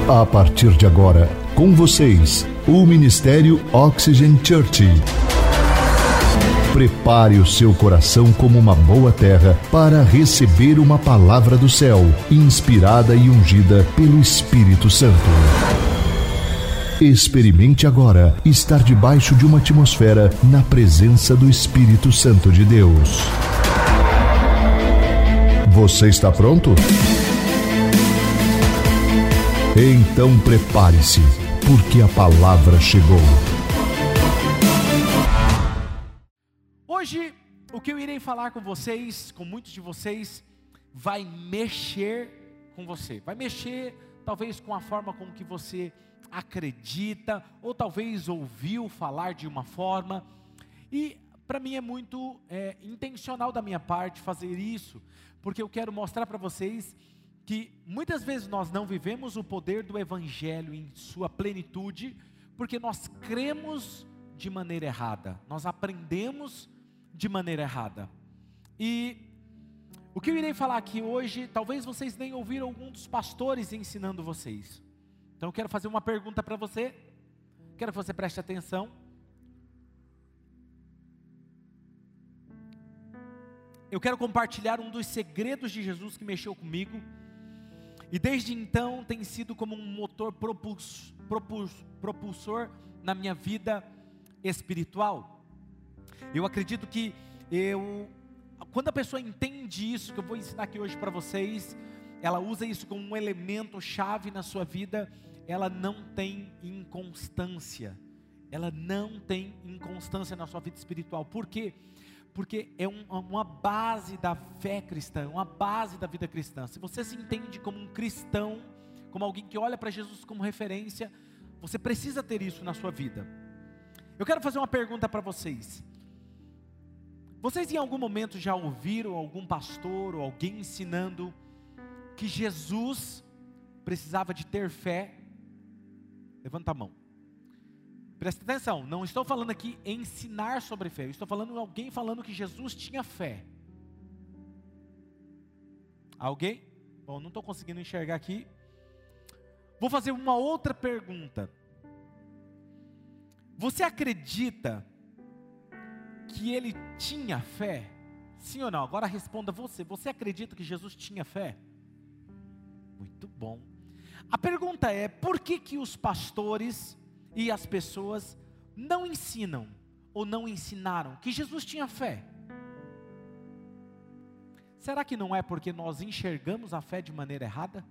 A partir de agora, com vocês, o Ministério Oxygen Church. Prepare o seu coração como uma boa terra para receber uma palavra do céu, inspirada e ungida pelo Espírito Santo. Experimente agora estar debaixo de uma atmosfera na presença do Espírito Santo de Deus. Você está pronto? Então prepare-se, porque a palavra chegou. Hoje, o que eu irei falar com vocês, com muitos de vocês, vai mexer com você. Vai mexer, talvez, com a forma como que você acredita, ou talvez ouviu falar de uma forma. E para mim é muito intencional da minha parte fazer isso, porque eu quero mostrar para vocês que muitas vezes nós não vivemos o poder do Evangelho em sua plenitude, porque nós cremos de maneira errada, nós aprendemos de maneira errada. E o que eu irei falar aqui hoje, talvez vocês nem ouviram algum dos pastores ensinando vocês. Então eu quero fazer uma pergunta para você, quero que você preste atenção. Eu quero compartilhar um dos segredos de Jesus que mexeu comigo, e desde então tem sido como um motor propulsor na minha vida espiritual. Eu acredito que quando a pessoa entende isso, que eu vou ensinar aqui hoje para vocês, ela usa isso como um elemento chave na sua vida, ela não tem inconstância. Ela não tem inconstância na sua vida espiritual. Por quê? Porque é uma base da fé cristã, uma base da vida cristã. Se você se entende como um cristão, como alguém que olha para Jesus como referência, você precisa ter isso na sua vida. Eu quero fazer uma pergunta para vocês. Vocês em algum momento já ouviram algum pastor ou alguém ensinando que Jesus precisava de ter fé? Levanta a mão. Presta atenção, não estou falando aqui ensinar sobre fé, eu estou falando alguém falando que Jesus tinha fé. Alguém? Bom, não estou conseguindo enxergar aqui. Vou fazer uma outra pergunta. Você acredita que ele tinha fé? Sim ou não? Agora responda você. Você acredita que Jesus tinha fé? Muito bom. A pergunta é, por que os pastores e as pessoas não ensinam ou não ensinaram que Jesus tinha fé? Será que não é porque nós enxergamos a fé de maneira errada?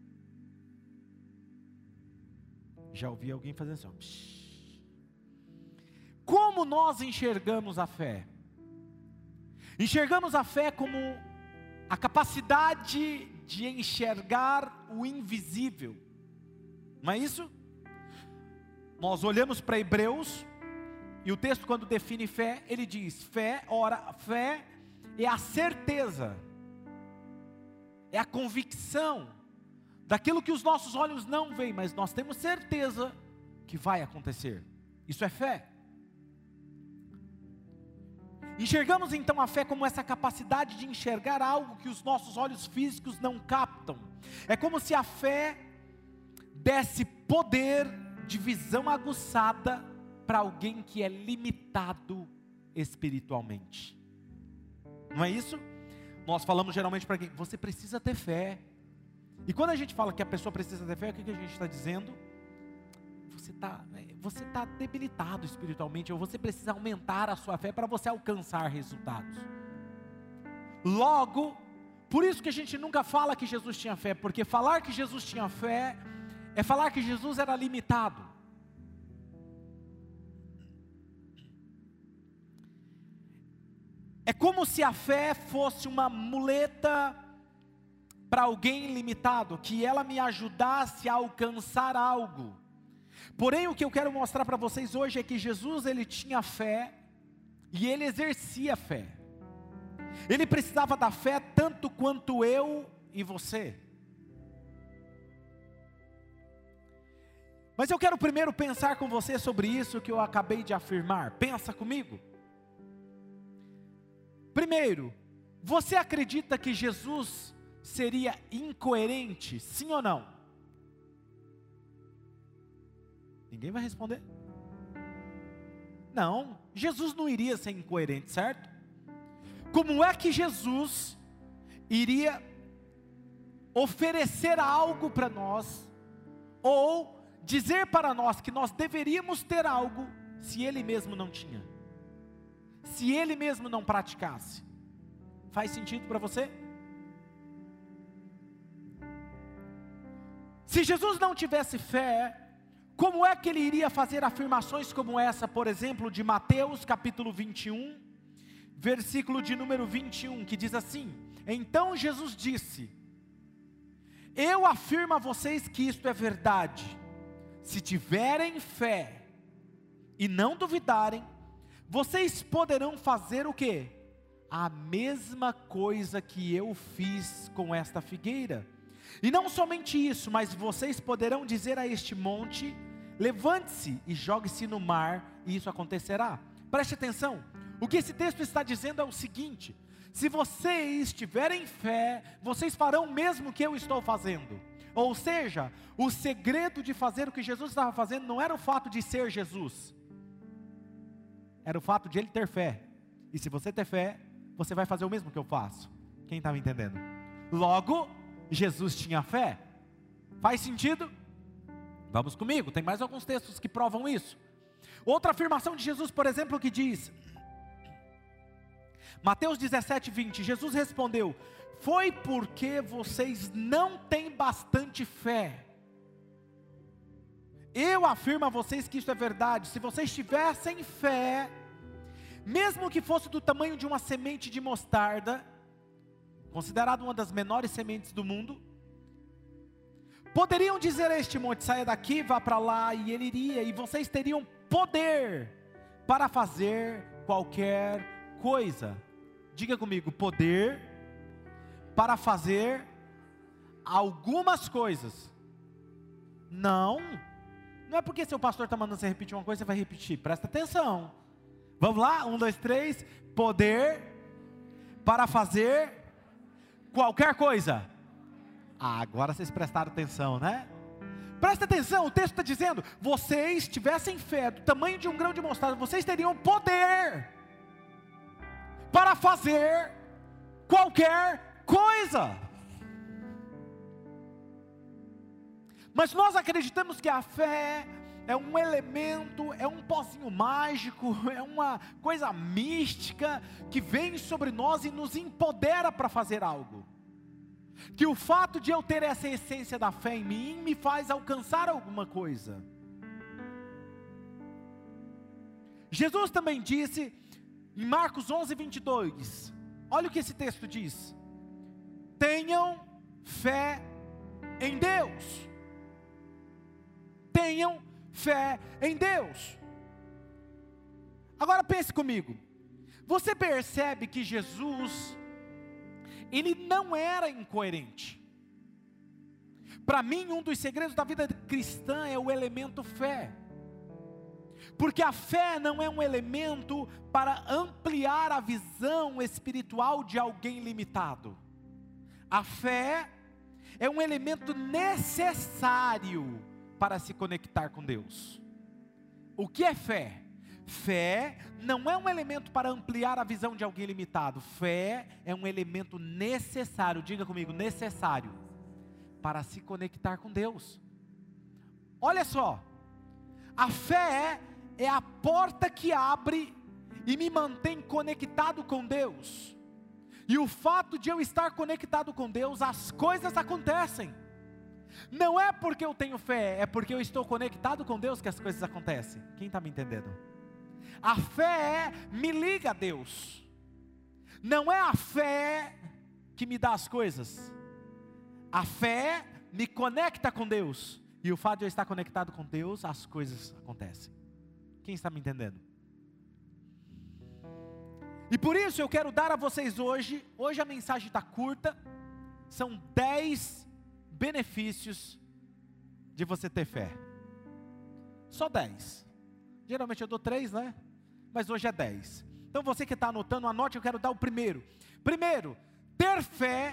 Já ouvi alguém fazer assim, ó. Como nós enxergamos a fé? Enxergamos a fé como a capacidade de enxergar o invisível, não é isso? Nós olhamos para Hebreus, e o texto quando define fé, ele diz, fé é a certeza, é a convicção, daquilo que os nossos olhos não veem, mas nós temos certeza que vai acontecer, isso é fé. Enxergamos então a fé como essa capacidade de enxergar algo que os nossos olhos físicos não captam. É como se a fé desse poder de visão aguçada para alguém que é limitado espiritualmente. Não é isso? Nós falamos geralmente para quem? Você precisa ter fé. E quando a gente fala que a pessoa precisa ter fé, o que a gente está dizendo? Você está debilitado espiritualmente, ou você precisa aumentar a sua fé para você alcançar resultados. Logo, por isso que a gente nunca fala que Jesus tinha fé, porque falar que Jesus tinha fé é falar que Jesus era limitado. É como se a fé fosse uma muleta para alguém limitado, que ela me ajudasse a alcançar algo. Porém, o que eu quero mostrar para vocês hoje é que Jesus, ele tinha fé, e ele exercia fé. Ele precisava da fé tanto quanto eu e você. Mas eu quero primeiro pensar com você sobre isso que eu acabei de afirmar. Pensa comigo. Primeiro, você acredita que Jesus seria incoerente, sim ou não? Ninguém vai responder. Não, Jesus não iria ser incoerente, certo? Como é que Jesus iria oferecer algo para nós, ou dizer para nós que nós deveríamos ter algo, se Ele mesmo não tinha? Se Ele mesmo não praticasse? Faz sentido para você? Se Jesus não tivesse fé, como é que Ele iria fazer afirmações como essa, por exemplo, de Mateus capítulo 21, versículo de número 21, que diz assim: então Jesus disse: eu afirmo a vocês que isto é verdade, se tiverem fé e não duvidarem, vocês poderão fazer o quê? A mesma coisa que eu fiz com esta figueira. E não somente isso, mas vocês poderão dizer a este monte: levante-se e jogue-se no mar, e isso acontecerá. Preste atenção, o que esse texto está dizendo é o seguinte: se vocês tiverem fé, vocês farão o mesmo que eu estou fazendo. Ou seja, o segredo de fazer o que Jesus estava fazendo não era o fato de ser Jesus, era o fato de Ele ter fé. E se você ter fé, você vai fazer o mesmo que eu faço. Quem está me entendendo? Logo, Jesus tinha fé. Faz sentido? Vamos comigo, tem mais alguns textos que provam isso. Outra afirmação de Jesus, por exemplo, que diz, Mateus 17, 20, Jesus respondeu: foi porque vocês não têm bastante fé. Eu afirmo a vocês que isso é verdade. Se vocês tivessem fé, mesmo que fosse do tamanho de uma semente de mostarda, considerada uma das menores sementes do mundo, poderiam dizer a este monte: saia daqui, vá para lá, e ele iria, e vocês teriam poder para fazer qualquer coisa. Diga comigo: poder para fazer algumas coisas. Não é porque seu pastor está mandando você repetir uma coisa, você vai repetir. Presta atenção. Vamos lá, 1, 2, 3. Poder para fazer qualquer coisa. Agora vocês prestaram atenção, né? Presta atenção, o texto está dizendo: vocês tivessem fé do tamanho de um grão de mostarda, vocês teriam poder para fazer qualquer coisa. Mas nós acreditamos que a fé é um elemento, é um pozinho mágico, é uma coisa mística que vem sobre nós e nos empodera para fazer algo. Que o fato de eu ter essa essência da fé em mim me faz alcançar alguma coisa. Jesus também disse em Marcos 11, 22, olha o que esse texto diz: tenham fé em Deus. Tenham fé em Deus. Agora pense comigo, você percebe que Jesus, Ele não era incoerente. Para mim, um dos segredos da vida cristã é o elemento fé. Porque a fé não é um elemento para ampliar a visão espiritual de alguém limitado. A fé é um elemento necessário para se conectar com Deus. O que é fé? Fé não é um elemento para ampliar a visão de alguém limitado. Fé é um elemento necessário, diga comigo, necessário, para se conectar com Deus. Olha só, a fé é a porta que abre e me mantém conectado com Deus. E o fato de eu estar conectado com Deus, as coisas acontecem. Não é porque eu tenho fé, é porque eu estou conectado com Deus que as coisas acontecem. Quem está me entendendo? A fé me liga a Deus. Não é a fé que me dá as coisas. A fé me conecta com Deus. E o fato de eu estar conectado com Deus, as coisas acontecem. Quem está me entendendo? E por isso eu quero dar a vocês hoje a mensagem está curta, são 10 benefícios de você ter fé. Só 10. Geralmente eu dou 3, né? Mas hoje é 10. Então você que está anotando, anote, eu quero dar o primeiro. Primeiro, ter fé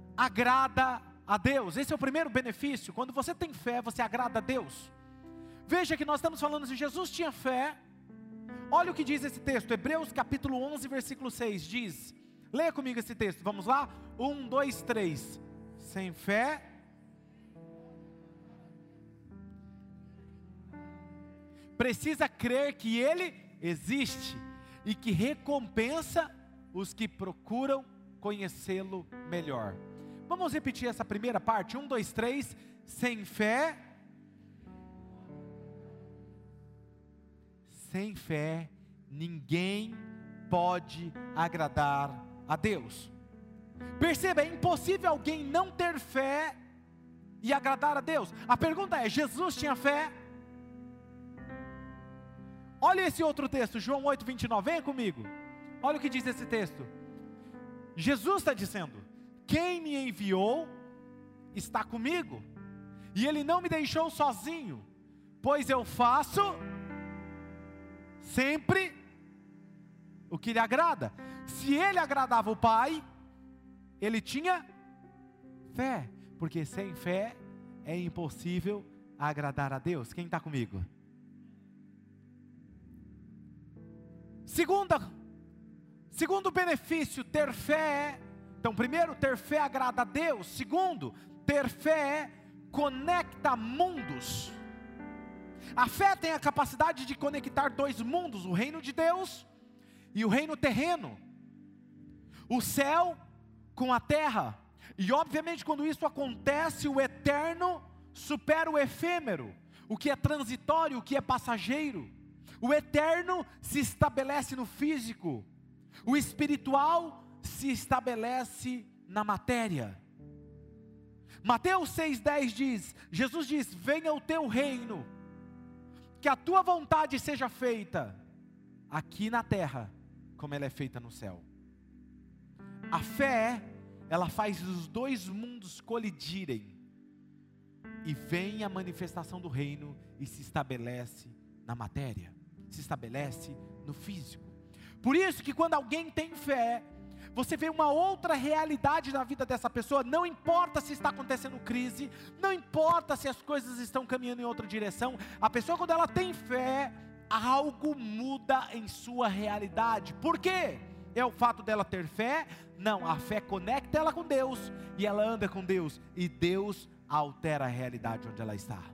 agrada a Deus. Esse é o primeiro benefício. Quando você tem fé, você agrada a Deus. Veja que nós estamos falando se Jesus tinha fé. Olha o que diz esse texto, Hebreus capítulo 11, versículo 6, diz, leia comigo esse texto, vamos lá? 1, 2, 3, sem fé, precisa crer que Ele existe, e que recompensa os que procuram conhecê-lo melhor. Vamos repetir essa primeira parte, 1, 2, 3, sem fé, ninguém pode agradar a Deus. Perceba, é impossível alguém não ter fé e agradar a Deus. A pergunta é, Jesus tinha fé? Olha esse outro texto, João 8, 29, venha comigo. Olha o que diz esse texto. Jesus está dizendo, quem me enviou está comigo, e Ele não me deixou sozinho, pois eu faço sempre o que lhe agrada. Se Ele agradava o Pai, Ele tinha fé, porque sem fé é impossível agradar a Deus. Quem está comigo? Segundo benefício, ter fé. Então, primeiro, ter fé agrada a Deus. Segundo, ter fé conecta mundos. A fé tem a capacidade de conectar dois mundos, o reino de Deus e o reino terreno, o céu com a terra. E obviamente quando isso acontece, o eterno supera o efêmero, o que é transitório, o que é passageiro. O eterno se estabelece no físico, o espiritual se estabelece na matéria. Mateus 6,10 diz, Jesus diz, venha o teu reino, que a tua vontade seja feita, aqui na terra, como ela é feita no céu. A fé, ela faz os dois mundos colidirem, e vem a manifestação do reino, e se estabelece na matéria, se estabelece no físico. Por isso que quando alguém tem fé, você vê uma outra realidade na vida dessa pessoa. Não importa se está acontecendo crise, não importa se as coisas estão caminhando em outra direção. A pessoa, quando ela tem fé, algo muda em sua realidade. Por quê? É o fato dela ter fé? Não, a fé conecta ela com Deus, e ela anda com Deus, e Deus altera a realidade onde ela está.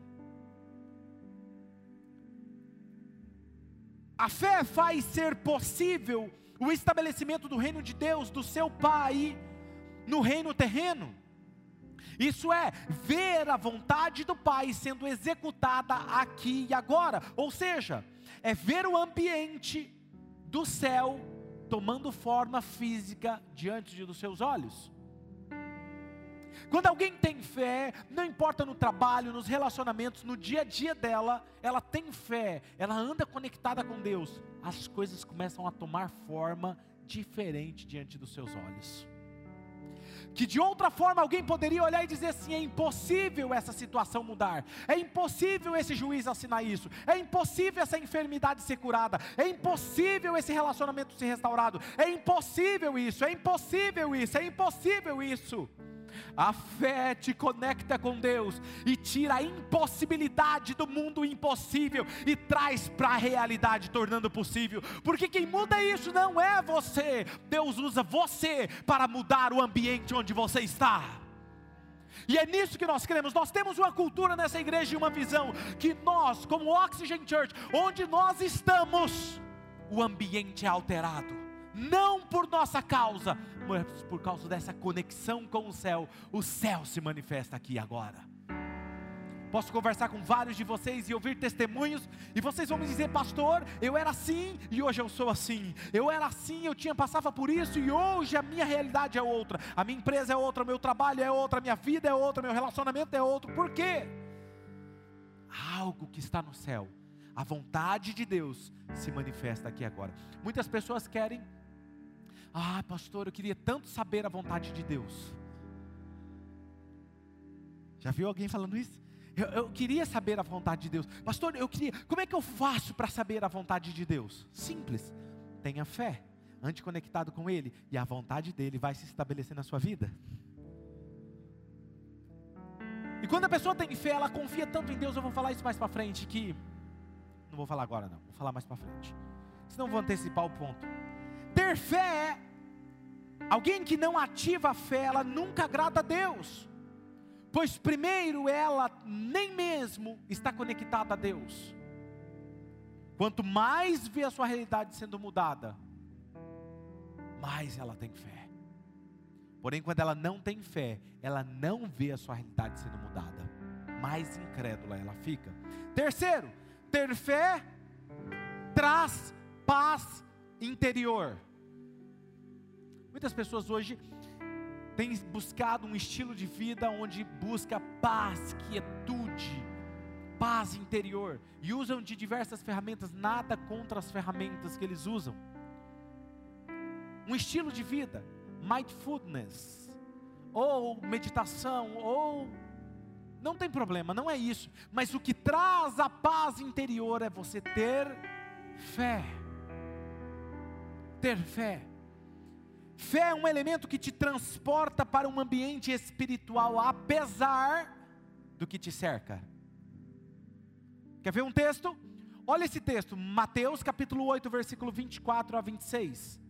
A fé faz ser possível o estabelecimento do reino de Deus, do seu Pai, no reino terreno. Isso é, ver a vontade do Pai sendo executada aqui e agora. Ou seja, é ver o ambiente do céu tomando forma física diante dos seus olhos. Quando alguém tem fé, não importa no trabalho, nos relacionamentos, no dia a dia dela, ela tem fé, ela anda conectada com Deus, as coisas começam a tomar forma diferente diante dos seus olhos. Que de outra forma alguém poderia olhar e dizer assim, é impossível essa situação mudar, é impossível esse juiz assinar isso, é impossível essa enfermidade ser curada, é impossível esse relacionamento ser restaurado, é impossível isso, é impossível isso, é impossível isso. A fé te conecta com Deus e tira a impossibilidade do mundo impossível e traz para a realidade, tornando possível. Porque quem muda isso não é você. Deus usa você para mudar o ambiente onde você está. E é nisso que nós queremos. Nós temos uma cultura nessa igreja e uma visão que nós, como Oxygen Church, onde nós estamos, o ambiente é alterado. Não por nossa causa, mas por causa dessa conexão com o céu se manifesta aqui agora. Posso conversar com vários de vocês e ouvir testemunhos, e vocês vão me dizer, pastor, eu era assim e hoje eu sou assim. Eu era assim, passava por isso e hoje a minha realidade é outra. A minha empresa é outra, o meu trabalho é outra, a minha vida é outra, meu relacionamento é outro. Por quê? Algo que está no céu, a vontade de Deus se manifesta aqui agora. Muitas pessoas querem, pastor, eu queria tanto saber a vontade de Deus. Já viu alguém falando isso? Eu queria saber a vontade de Deus. Pastor, como é que eu faço para saber a vontade de Deus? Simples, tenha fé, ande conectado com Ele, e a vontade dEle vai se estabelecer na sua vida. E quando a pessoa tem fé, ela confia tanto em Deus, eu vou falar isso mais para frente, que vou falar agora não, vou falar mais para frente. Senão vou antecipar o ponto. Ter fé, alguém que não ativa a fé, ela nunca agrada a Deus. Pois primeiro ela nem mesmo está conectada a Deus. Quanto mais vê a sua realidade sendo mudada, mais ela tem fé. Porém, quando ela não tem fé, ela não vê a sua realidade sendo mudada, mais incrédula ela fica. Terceiro, ter fé traz paz interior. Muitas pessoas hoje têm buscado um estilo de vida onde busca paz, quietude, paz interior, e usam de diversas ferramentas, nada contra as ferramentas que eles usam. Um estilo de vida, mindfulness, ou meditação, ou... não tem problema, não é isso. Mas o que traz a paz interior é você ter fé. Ter fé. Fé é um elemento que te transporta para um ambiente espiritual, apesar do que te cerca. Quer ver um texto? Olha esse texto, Mateus capítulo 8, versículo 24 a 26.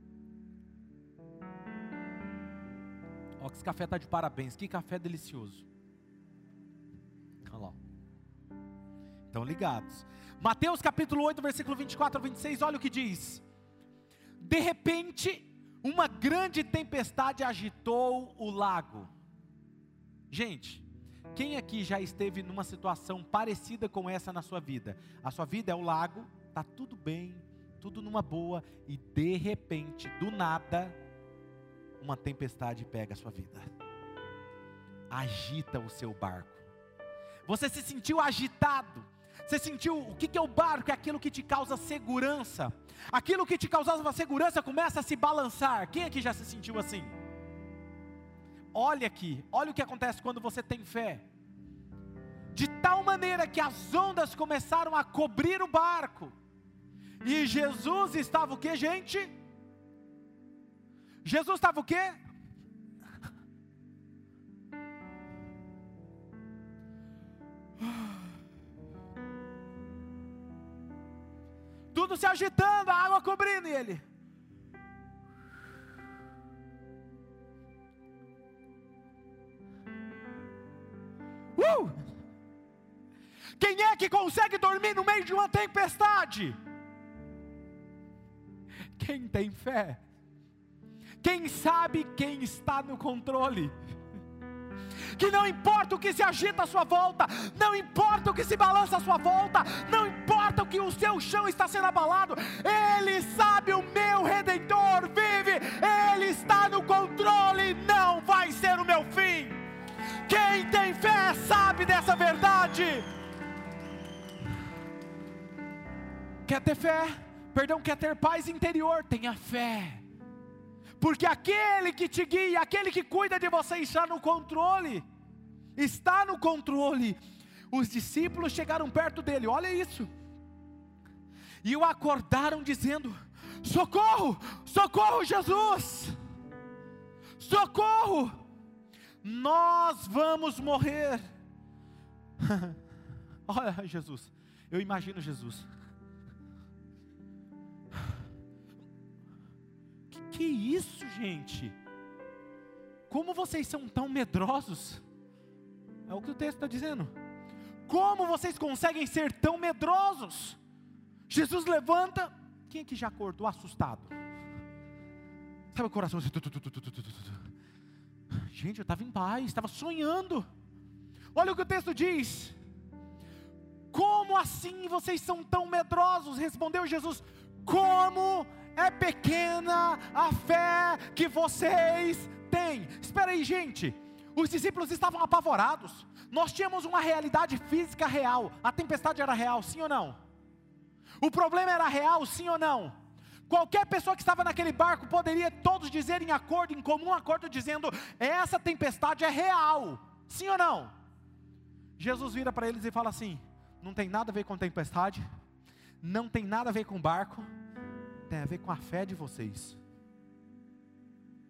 Ó, que esse café está de parabéns, que café delicioso. Olha lá. Estão ligados. Mateus capítulo 8, versículo 24 a 26, olha o que diz. De repente, uma grande tempestade agitou o lago. Gente, quem aqui já esteve numa situação parecida com essa na sua vida? A sua vida é o lago, está tudo bem, tudo numa boa, e de repente, do nada, uma tempestade pega a sua vida. Agita o seu barco. Você se sentiu agitado. Você sentiu, o que é o barco? É aquilo que te causa segurança. Aquilo que te causava segurança começa a se balançar. Quem aqui já se sentiu assim? Olha aqui, olha o que acontece quando você tem fé. De tal maneira que as ondas começaram a cobrir o barco. E Jesus estava o que, gente? Jesus estava o quê? Tudo se agitando, a água cobrindo, e ele... Quem é que consegue dormir no meio de uma tempestade? Quem tem fé. Quem sabe quem está no controle. Que não importa o que se agita à sua volta, não importa o que se balança à sua volta, não importa o que o seu chão está sendo abalado, Ele sabe, o meu Redentor vive, Ele está no controle, não vai ser o meu fim. Quem tem fé sabe dessa verdade. Quer ter fé? Perdão, quer ter paz interior? Tenha fé. Porque aquele que te guia, aquele que cuida de você está no controle. Está no controle. Os discípulos chegaram perto dele, olha isso. E o acordaram dizendo: socorro, socorro Jesus. Socorro, nós vamos morrer. Olha Jesus, eu imagino Jesus. Que isso, gente? Como vocês são tão medrosos? É o que o texto está dizendo. Como vocês conseguem ser tão medrosos? Jesus levanta. Quem aqui já acordou assustado? Sabe o coração assim? Gente, eu estava em paz, estava sonhando. Olha o que o texto diz. Como assim vocês são tão medrosos? Respondeu Jesus: como é pequena a fé que vocês têm. Espera aí, gente. Os discípulos estavam apavorados. Nós tínhamos uma realidade física real. A tempestade era real, sim ou não? O problema era real, sim ou não? Qualquer pessoa que estava naquele barco poderia todos dizer em acordo, em comum acordo, dizendo: essa tempestade é real, sim ou não? Jesus vira para eles e fala assim: não tem nada a ver com tempestade, não tem nada a ver com barco, tem a ver com a fé de vocês.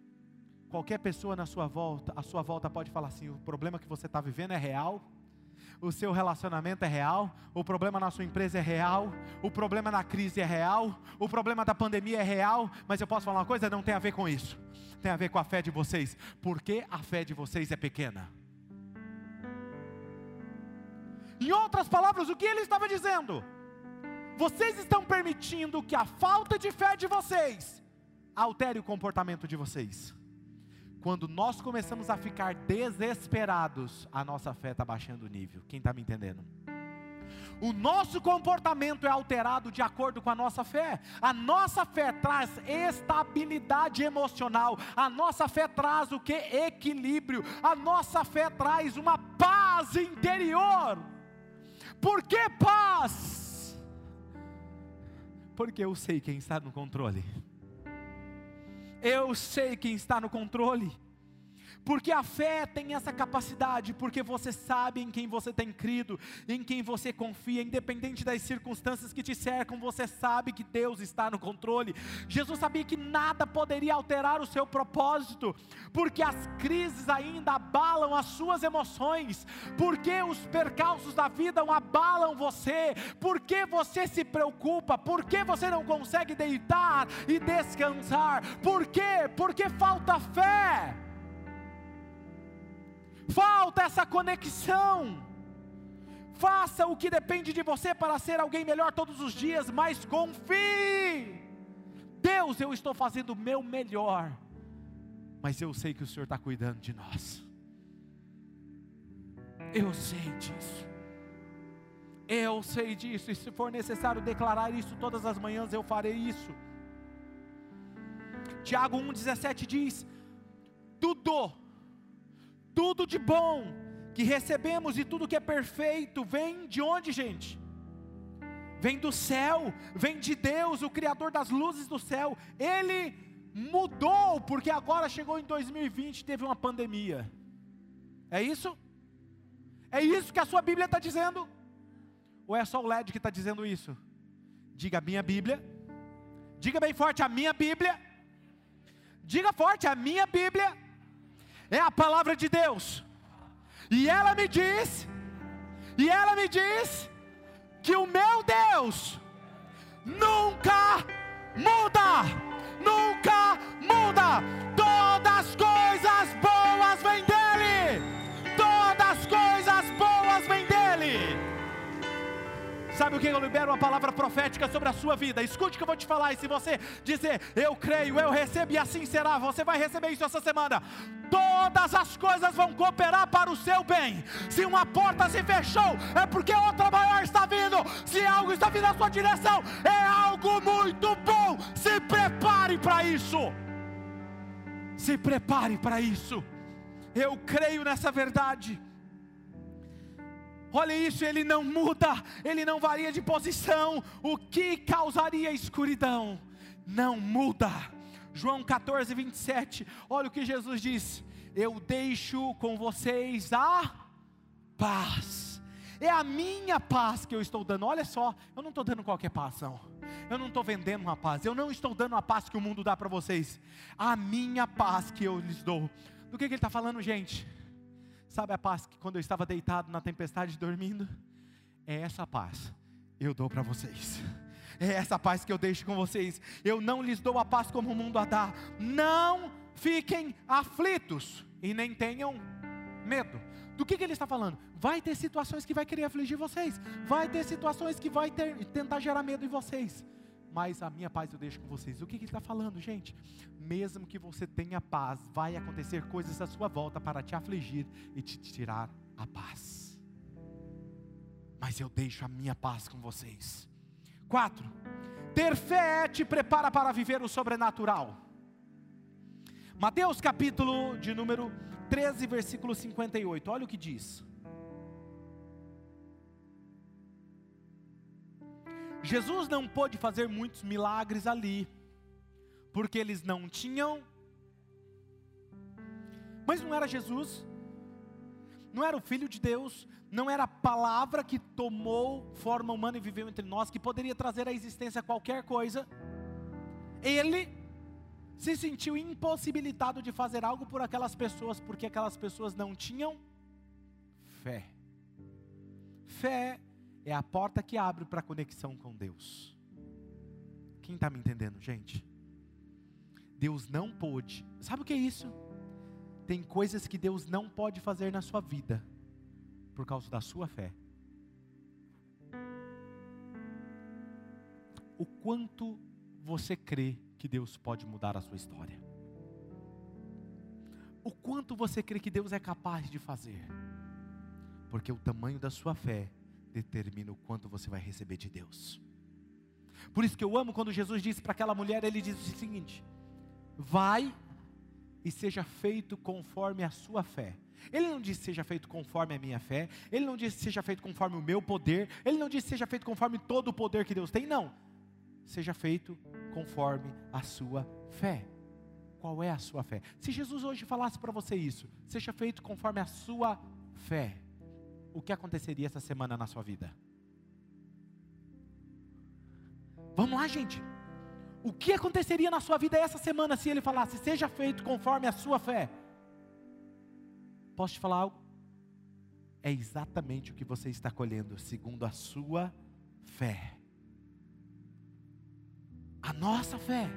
Qualquer pessoa na sua volta, à sua volta pode falar assim: o problema que você está vivendo é real, o seu relacionamento é real, o problema na sua empresa é real, o problema na crise é real, o problema da pandemia é real, mas eu posso falar uma coisa, não tem a ver com isso, tem a ver com a fé de vocês, porque a fé de vocês é pequena. Em outras palavras, o que ele estava dizendo? Vocês estão permitindo que a falta de fé de vocês altere o comportamento de vocês. Quando nós começamos a ficar desesperados, a nossa fé está baixando o nível. Quem está me entendendo? O nosso comportamento é alterado de acordo com a nossa fé. A nossa fé traz estabilidade emocional. A nossa fé traz o que? Equilíbrio. A nossa fé traz uma paz interior. Por que paz? Porque eu sei quem está no controle. Eu sei quem está no controle. Porque a fé tem essa capacidade, porque você sabe em quem você tem crido, em quem você confia, independente das circunstâncias que te cercam, você sabe que Deus está no controle. Jesus sabia que nada poderia alterar o seu propósito, porque as crises ainda abalam as suas emoções, porque os percalços da vida abalam você, porque você se preocupa, porque você não consegue deitar e descansar, por quê? Porque falta fé. Falta essa conexão. Faça o que depende de você para ser alguém melhor todos os dias, mas confie. Deus, eu estou fazendo o meu melhor, mas eu sei que o Senhor está cuidando de nós. Eu sei disso. Eu sei disso, e se for necessário declarar isso todas as manhãs, eu farei isso. Tiago 1,17 diz: tudo de bom que recebemos e tudo que é perfeito, vem de onde, gente? Vem do céu, vem de Deus, o Criador das luzes do céu. Ele mudou, porque agora chegou em 2020, teve uma pandemia. É isso? É isso que a sua Bíblia está dizendo? Ou é só o LED que está dizendo isso? Diga: a minha Bíblia. Diga bem forte: a minha Bíblia. Diga forte: a minha Bíblia é a palavra de Deus, e ela me diz que o meu Deus nunca muda, nunca muda. Todas as coisas boas vêm dele, todas as coisas boas vêm dele. Sabe o que? Eu libero uma palavra profética sobre a sua vida. Escute o que eu vou te falar, e se você dizer: eu creio, eu recebo, e assim será, você vai receber isso essa semana. Todas as coisas vão cooperar para o seu bem. Se uma porta se fechou, é porque outra maior está vindo. Se algo está vindo na sua direção, é algo muito bom. Se prepare para isso. Se prepare para isso. Eu creio nessa verdade. Olha isso, ele não muda, ele não varia de posição. O que causaria escuridão não muda. João 14:27, olha o que Jesus diz: eu deixo com vocês a paz. É a minha paz que eu estou dando. Olha só, eu não estou dando qualquer paz, não. Eu não estou vendendo uma paz, eu não estou dando a paz que o mundo dá para vocês. A minha paz que eu lhes dou. Do que ele está falando, gente? Sabe a paz que quando eu estava deitado na tempestade dormindo? É essa paz eu dou para vocês. É essa paz que eu deixo com vocês. Eu não lhes dou a paz como o mundo a dá. Não fiquem aflitos e nem tenham medo. Do que ele está falando? Vai ter situações que vai querer afligir vocês. Vai ter situações que vai tentar gerar medo em vocês. Mas a minha paz eu deixo com vocês. O que ele está falando, gente? Mesmo que você tenha paz, vai acontecer coisas à sua volta para te afligir e te tirar a paz. Mas eu deixo a minha paz com vocês. 4. Ter fé te prepara para viver o sobrenatural. Mateus capítulo de número 13, versículo 58. Olha o que diz. Jesus não pôde fazer muitos milagres ali, porque eles não tinham. Mas não era Jesus, não era o Filho de Deus, não era a palavra que tomou forma humana e viveu entre nós, que poderia trazer à existência qualquer coisa. Ele se sentiu impossibilitado de fazer algo por aquelas pessoas, porque aquelas pessoas não tinham fé. Fé é a porta que abre para a conexão com Deus. Quem está me entendendo, gente? Deus não pôde. Sabe o que é isso? Tem coisas que Deus não pode fazer na sua vida por causa da sua fé. O quanto você crê que Deus pode mudar a sua história? O quanto você crê que Deus é capaz de fazer? Porque o tamanho da sua fé determina o quanto você vai receber de Deus. Por isso que eu amo quando Jesus disse para aquela mulher, ele diz o seguinte: vai e seja feito conforme a sua fé. Ele não disse seja feito conforme a minha fé, ele não disse seja feito conforme o meu poder, ele não disse seja feito conforme todo o poder que Deus tem, não. Seja feito conforme a sua fé. Qual é a sua fé? Se Jesus hoje falasse para você isso, seja feito conforme a sua fé, o que aconteceria essa semana na sua vida? Vamos lá, gente. O que aconteceria na sua vida essa semana se ele falasse, seja feito conforme a sua fé? Posso te falar algo? É exatamente o que você está colhendo, segundo a sua fé. A nossa fé.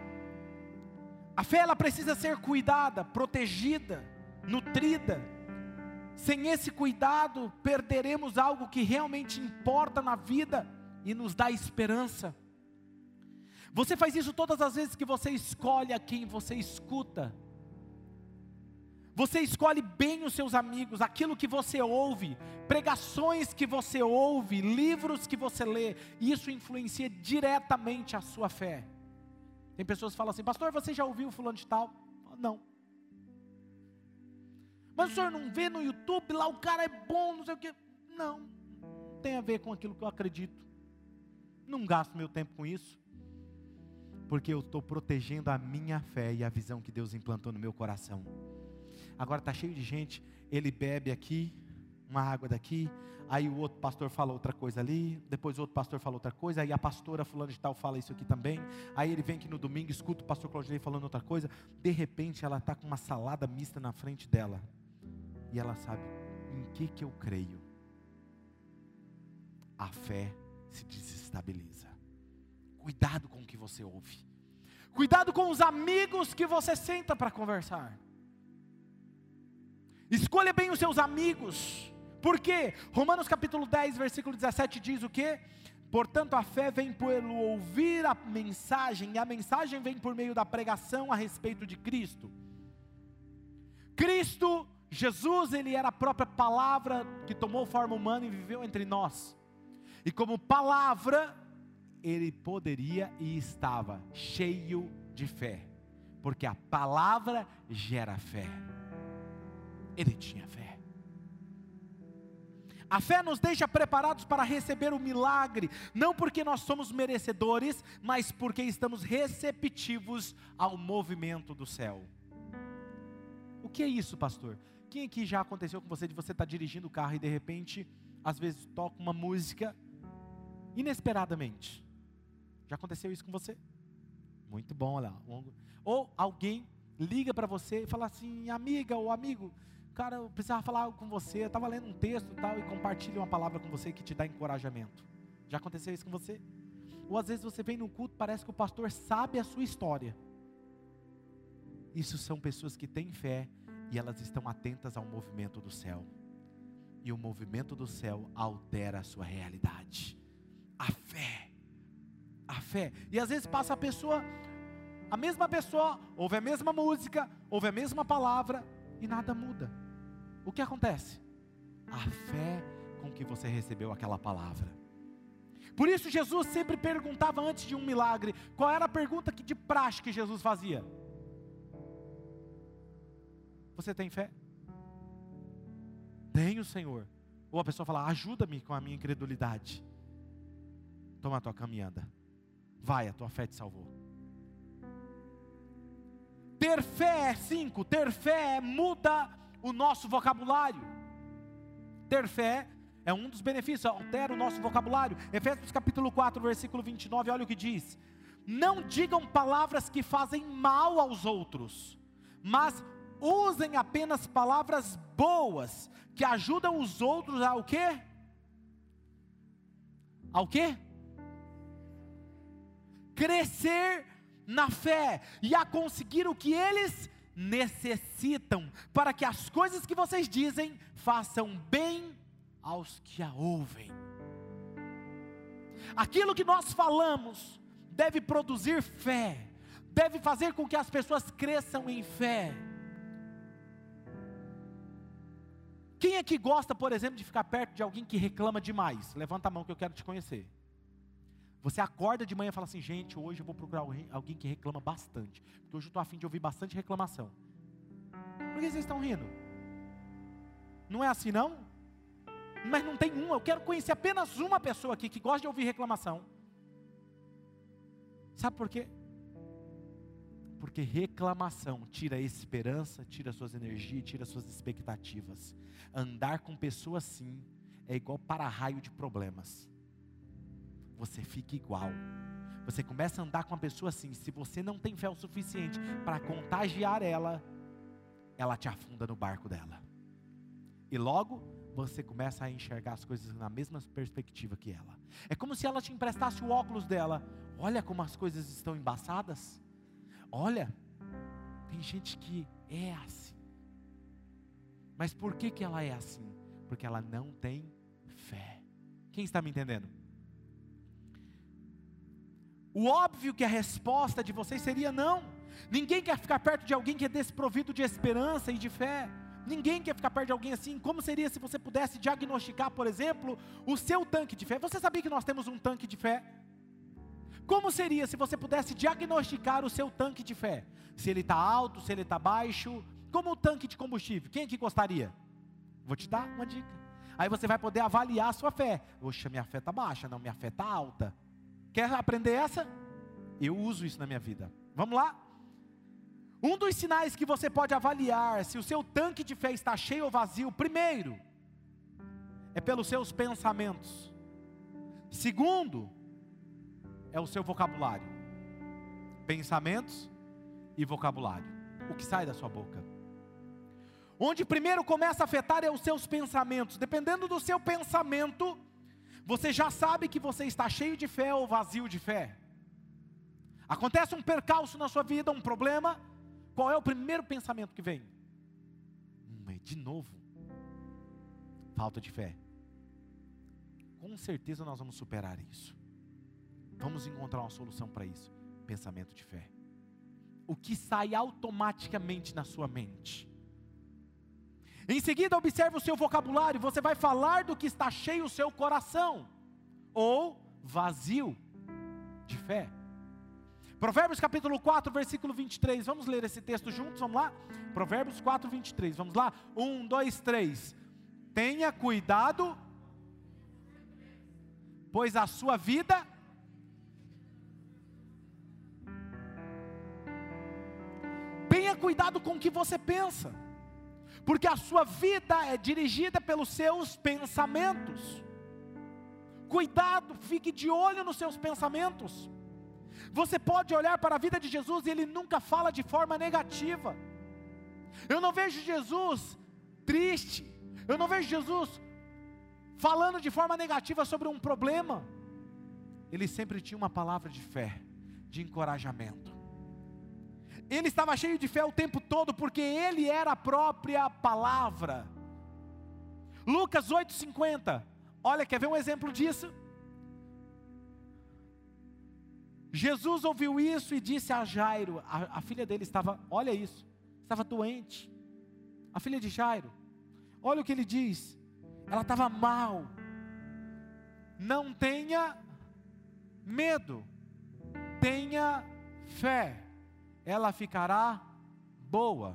A fé, ela precisa ser cuidada, protegida, nutrida. Sem esse cuidado, perderemos algo que realmente importa na vida e nos dá esperança. Você faz isso todas as vezes que você escolhe a quem você escuta. Você escolhe bem os seus amigos, aquilo que você ouve, pregações que você ouve, livros que você lê. E isso influencia diretamente a sua fé. Tem pessoas que falam assim, pastor, você já ouviu fulano de tal? Não. Mas o senhor não vê no YouTube, lá o cara é bom, não sei o quê. Não, não tem a ver com aquilo que eu acredito. Não gasto meu tempo com isso. Porque eu estou protegendo a minha fé e a visão que Deus implantou no meu coração. Agora está cheio de gente, ele bebe aqui, uma água daqui, aí o outro pastor fala outra coisa ali, depois o outro pastor fala outra coisa, aí a pastora fulano de tal fala isso aqui também, aí ele vem aqui no domingo, escuta o pastor Claudinei falando outra coisa, de repente ela está com uma salada mista na frente dela, e ela sabe, em que eu creio? A fé se desestabiliza. Cuidado com o que você ouve. Cuidado com os amigos que você senta para conversar. Escolha bem os seus amigos. Por quê? Romanos capítulo 10, versículo 17 diz o quê? Portanto a fé vem pelo ouvir a mensagem, e a mensagem vem por meio da pregação a respeito de Cristo. Cristo, Jesus, ele era a própria palavra que tomou forma humana e viveu entre nós. E como palavra, ele poderia e estava cheio de fé, porque a palavra gera fé. Ele tinha fé. A fé nos deixa preparados para receber o milagre, não porque nós somos merecedores, mas porque estamos receptivos ao movimento do céu. O que é isso, pastor? Quem aqui já aconteceu com você de você estar dirigindo o carro e de repente, às vezes toca uma música inesperadamente? Já aconteceu isso com você? Muito bom, olha lá. Ou alguém liga para você e fala assim, amiga ou amigo, cara, eu precisava falar algo com você, eu estava lendo um texto e tal, e compartilha uma palavra com você que te dá encorajamento. Já aconteceu isso com você? Ou às vezes você vem no culto, parece que o pastor sabe a sua história. Isso são pessoas que têm fé e elas estão atentas ao movimento do céu. E o movimento do céu altera a sua realidade. A fé. A fé. E às vezes passa a mesma pessoa, ouve a mesma música, ouve a mesma palavra e nada muda. O que acontece? A fé com que você recebeu aquela palavra. Por isso Jesus sempre perguntava antes de um milagre, qual era a pergunta de praxe que Jesus fazia? Você tem fé? Tenho, Senhor. Ou a pessoa fala, ajuda-me com a minha incredulidade. Toma a tua caminhada. Vai, a tua fé te salvou. Ter fé, 5, ter fé muda o nosso vocabulário. Ter fé é um dos benefícios, altera o nosso vocabulário. Efésios capítulo 4, versículo 29, olha o que diz. Não digam palavras que fazem mal aos outros, mas usem apenas palavras boas, que ajudam os outros a o quê? ao quê? Crescer na fé e a conseguir o que eles necessitam, para que as coisas que vocês dizem façam bem aos que a ouvem. Aquilo que nós falamos deve produzir fé, deve fazer com que as pessoas cresçam em fé. Quem é que gosta, por exemplo, de ficar perto de alguém que reclama demais? Levanta a mão que eu quero te conhecer. Você acorda de manhã e fala assim: gente, hoje eu vou procurar alguém que reclama bastante, porque hoje eu estou a fim de ouvir bastante reclamação. Por que vocês estão rindo? Não é assim não? Mas não tem uma, eu quero conhecer apenas uma pessoa aqui que gosta de ouvir reclamação. Sabe por quê? Porque reclamação tira a esperança, tira suas energias, tira suas expectativas. Andar com pessoas assim é igual para-raio de problemas. Você fica igual. Você começa a andar com uma pessoa assim, se você não tem fé o suficiente para contagiar ela, ela te afunda no barco dela. E logo você começa a enxergar as coisas na mesma perspectiva que ela. É como se ela te emprestasse o óculos dela. Olha como as coisas estão embaçadas. Olha, tem gente que é assim. Mas por que ela é assim? Porque ela não tem fé. Quem está me entendendo? O óbvio que a resposta de vocês seria não. Ninguém quer ficar perto de alguém que é desprovido de esperança e de fé. Ninguém quer ficar perto de alguém assim. Como seria se você pudesse diagnosticar, por exemplo, o seu tanque de fé? Você sabia que nós temos um tanque de fé? Como seria se você pudesse diagnosticar o seu tanque de fé? Se ele está alto, se ele está baixo, como o tanque de combustível. Quem aqui gostaria? Vou te dar uma dica. Aí você vai poder avaliar a sua fé. Poxa, minha fé está baixa, não, minha fé está alta. Quer aprender essa? Eu uso isso na minha vida. Vamos lá? Um dos sinais que você pode avaliar se o seu tanque de fé está cheio ou vazio, primeiro, é pelos seus pensamentos. Segundo, é o seu vocabulário. Pensamentos e vocabulário. O que sai da sua boca. Onde primeiro começa a afetar é os seus pensamentos. Dependendo do seu pensamento, você já sabe que você está cheio de fé ou vazio de fé. Acontece um percalço na sua vida, um problema. Qual é o primeiro pensamento que vem? De novo, falta de fé. Com certeza nós vamos superar isso. Vamos encontrar uma solução para isso. Pensamento de fé. O que sai automaticamente na sua mente. Em seguida, observe o seu vocabulário. Você vai falar do que está cheio o seu coração. Ou vazio de fé. Provérbios capítulo 4, versículo 23. Vamos ler esse texto juntos, vamos lá? Provérbios 4, 23. Vamos lá? 1, 2, 3. Tenha cuidado, pois a sua vida... Tenha cuidado com o que você pensa, porque a sua vida é dirigida pelos seus pensamentos. Cuidado, fique de olho nos seus pensamentos. Você pode olhar para a vida de Jesus e ele nunca fala de forma negativa. Eu não vejo Jesus triste, eu não vejo Jesus falando de forma negativa sobre um problema. Ele sempre tinha uma palavra de fé, de encorajamento. Ele estava cheio de fé o tempo todo, porque ele era a própria palavra. Lucas 8,50. Olha, quer ver um exemplo disso? Jesus ouviu isso e disse a Jairo, a filha dele estava, olha isso, estava doente. A filha de Jairo, olha o que ele diz. Ela estava mal. Não tenha medo, tenha fé. Ela ficará boa.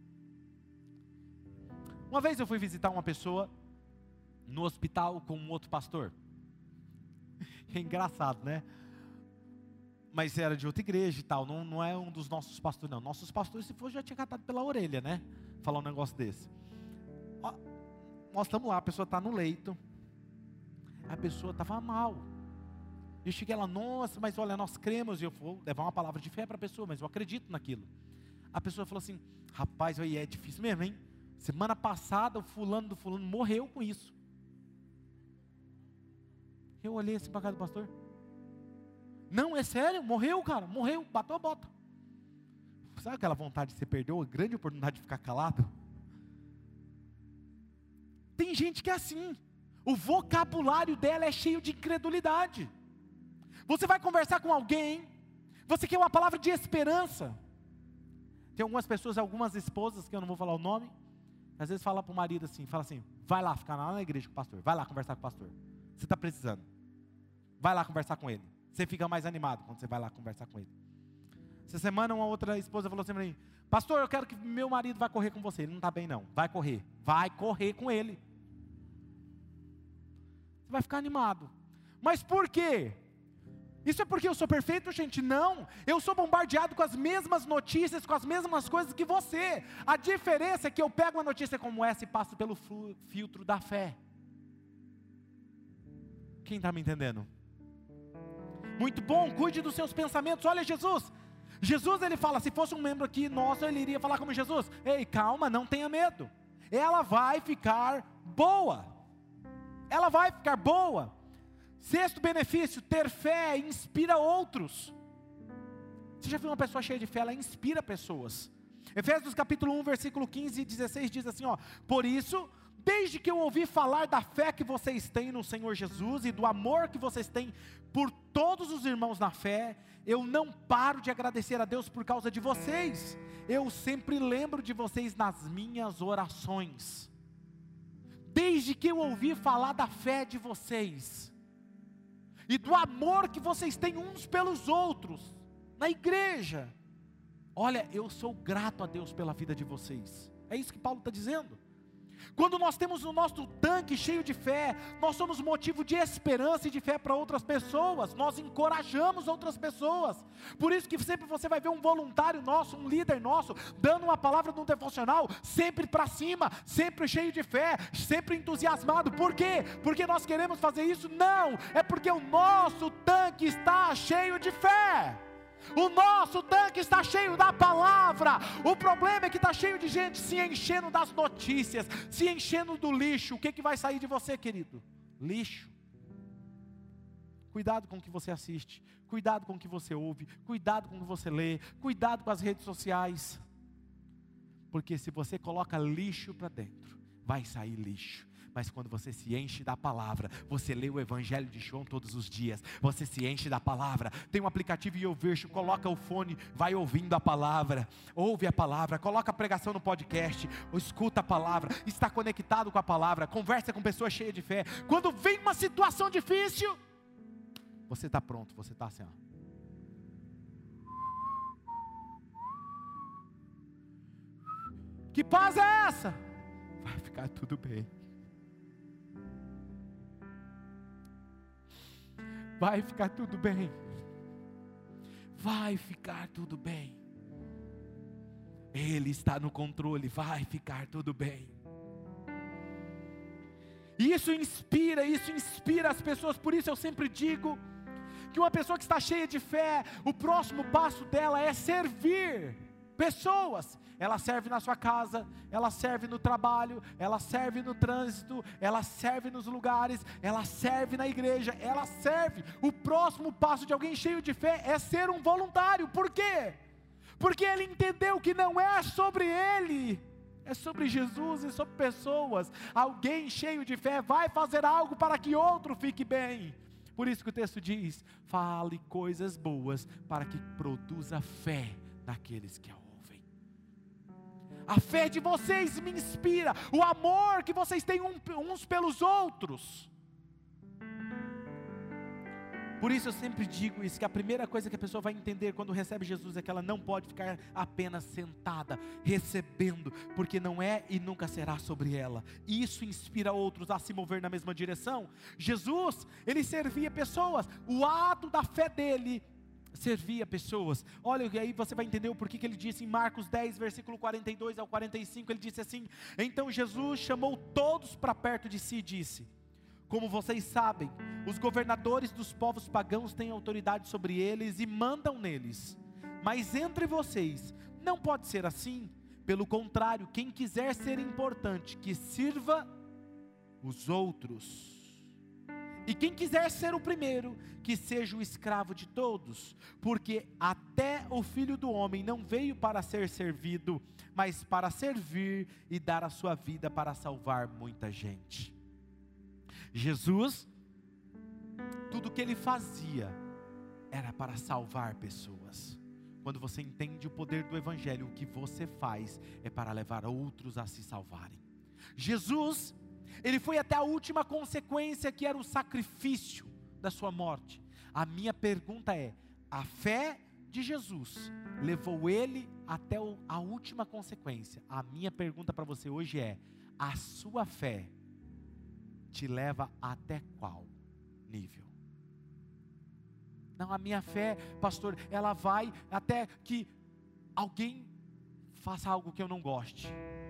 Uma vez eu fui visitar uma pessoa no hospital com um outro pastor. É engraçado, né? Mas era de outra igreja e tal, não é um dos nossos pastores não. Nossos pastores, se for, já tinha catado pela orelha, né? Falar um negócio desse. Ó, nós estamos lá, a pessoa está no leito. A pessoa estava mal. Eu cheguei lá, nossa, mas olha, nós cremos. E eu vou levar uma palavra de fé para a pessoa, mas eu acredito naquilo. A pessoa falou assim, rapaz, aí é difícil mesmo, hein? Semana passada o fulano do fulano morreu com isso. Eu olhei assim para a cara do pastor. Não, é sério, morreu, cara, morreu, bateu a bota. Sabe aquela vontade de você perdeu a grande oportunidade de ficar calado? Tem gente que é assim, o vocabulário dela é cheio de incredulidade. Você vai conversar com alguém, você quer uma palavra de esperança. Tem algumas pessoas, algumas esposas, que eu não vou falar o nome, às vezes fala para o marido assim, fala assim, vai lá ficar lá na igreja com o pastor, vai lá conversar com o pastor, você está precisando, vai lá conversar com ele, você fica mais animado quando você vai lá conversar com ele. Essa semana uma outra esposa falou assim para mim, pastor, eu quero que meu marido vá correr com você, ele não está bem não, vai correr com ele, você vai ficar animado. Mas por quê? Isso é porque eu sou perfeito, gente? Não, eu sou bombardeado com as mesmas notícias, com as mesmas coisas que você. A diferença é que eu pego uma notícia como essa e passo pelo filtro da fé. Quem está me entendendo? Muito bom, cuide dos seus pensamentos. Olha Jesus, ele fala, se fosse um membro aqui nosso, ele iria falar como Jesus, ei, calma, não tenha medo, ela vai ficar boa, ela vai ficar boa. Sexto benefício, ter fé inspira outros. Você já viu uma pessoa cheia de fé? Ela inspira pessoas. Efésios capítulo 1, versículo 15 e 16 diz assim, por isso, desde que eu ouvi falar da fé que vocês têm no Senhor Jesus e do amor que vocês têm por todos os irmãos na fé, eu não paro de agradecer a Deus por causa de vocês. Eu sempre lembro de vocês nas minhas orações. Desde que eu ouvi falar da fé de vocês e do amor que vocês têm uns pelos outros, na igreja. Olha, eu sou grato a Deus pela vida de vocês. É isso que Paulo está dizendo. Quando nós temos o nosso tanque cheio de fé, nós somos motivo de esperança e de fé para outras pessoas. Nós encorajamos outras pessoas. Por isso que sempre você vai ver um voluntário nosso, um líder nosso, dando uma palavra no devocional, sempre para cima, sempre cheio de fé, sempre entusiasmado. Por quê? Porque nós queremos fazer isso? Não, é porque o nosso tanque está cheio de fé. O nosso tanque está cheio da palavra. O problema é que está cheio de gente se enchendo das notícias, se enchendo do lixo. O que vai sair de você, querido? Lixo. Cuidado com o que você assiste, cuidado com o que você ouve, cuidado com o que você lê, cuidado com as redes sociais. Porque se você coloca lixo para dentro, vai sair lixo. Mas quando você se enche da palavra, você lê o Evangelho de João todos os dias, você se enche da palavra, tem um aplicativo e eu vejo, coloca o fone, vai ouvindo a palavra, ouve a palavra, coloca a pregação no podcast, escuta a palavra, está conectado com a palavra, conversa com pessoas cheias de fé. Quando vem uma situação difícil, você está pronto, você está assim, que paz é essa? Vai ficar tudo bem. Vai ficar tudo bem. Vai ficar tudo bem. Ele está no controle. Vai ficar tudo bem. E isso inspira as pessoas. Por isso eu sempre digo que uma pessoa que está cheia de fé, o próximo passo dela é servir pessoas. Ela serve na sua casa, ela serve no trabalho, ela serve no trânsito, ela serve nos lugares, ela serve na igreja, ela serve. O próximo passo de alguém cheio de fé é ser um voluntário. Por quê? Porque ele entendeu que não é sobre ele, é sobre Jesus e sobre pessoas. Alguém cheio de fé vai fazer algo para que outro fique bem. Por isso que o texto diz, fale coisas boas para que produza fé naqueles que a ouvem. A fé de vocês me inspira, o amor que vocês têm uns pelos outros. Por isso eu sempre digo isso, que a primeira coisa que a pessoa vai entender quando recebe Jesus é que ela não pode ficar apenas sentada, recebendo, porque não é e nunca será sobre ela. E isso inspira outros a se mover na mesma direção. Jesus, ele servia pessoas, o ato da fé dele servia pessoas. Olha, e aí você vai entender o porquê que ele disse em Marcos 10, versículo 42 ao 45, ele disse assim, então Jesus chamou todos para perto de si e disse, como vocês sabem, os governadores dos povos pagãos têm autoridade sobre eles e mandam neles, mas entre vocês não pode ser assim. Pelo contrário, quem quiser ser importante, que sirva os outros. E quem quiser ser o primeiro, que seja o escravo de todos, porque até o Filho do Homem não veio para ser servido, mas para servir e dar a sua vida para salvar muita gente. Jesus, tudo o que ele fazia era para salvar pessoas. Quando você entende o poder do Evangelho, o que você faz é para levar outros a se salvarem. Jesus, ele foi até a última consequência, que era o sacrifício da sua morte. A minha pergunta é: a fé de Jesus levou ele até a última consequência? A minha pergunta para você hoje é: a sua fé te leva até qual nível? Não, a minha fé, pastor, ela vai até que alguém faça algo que eu não goste.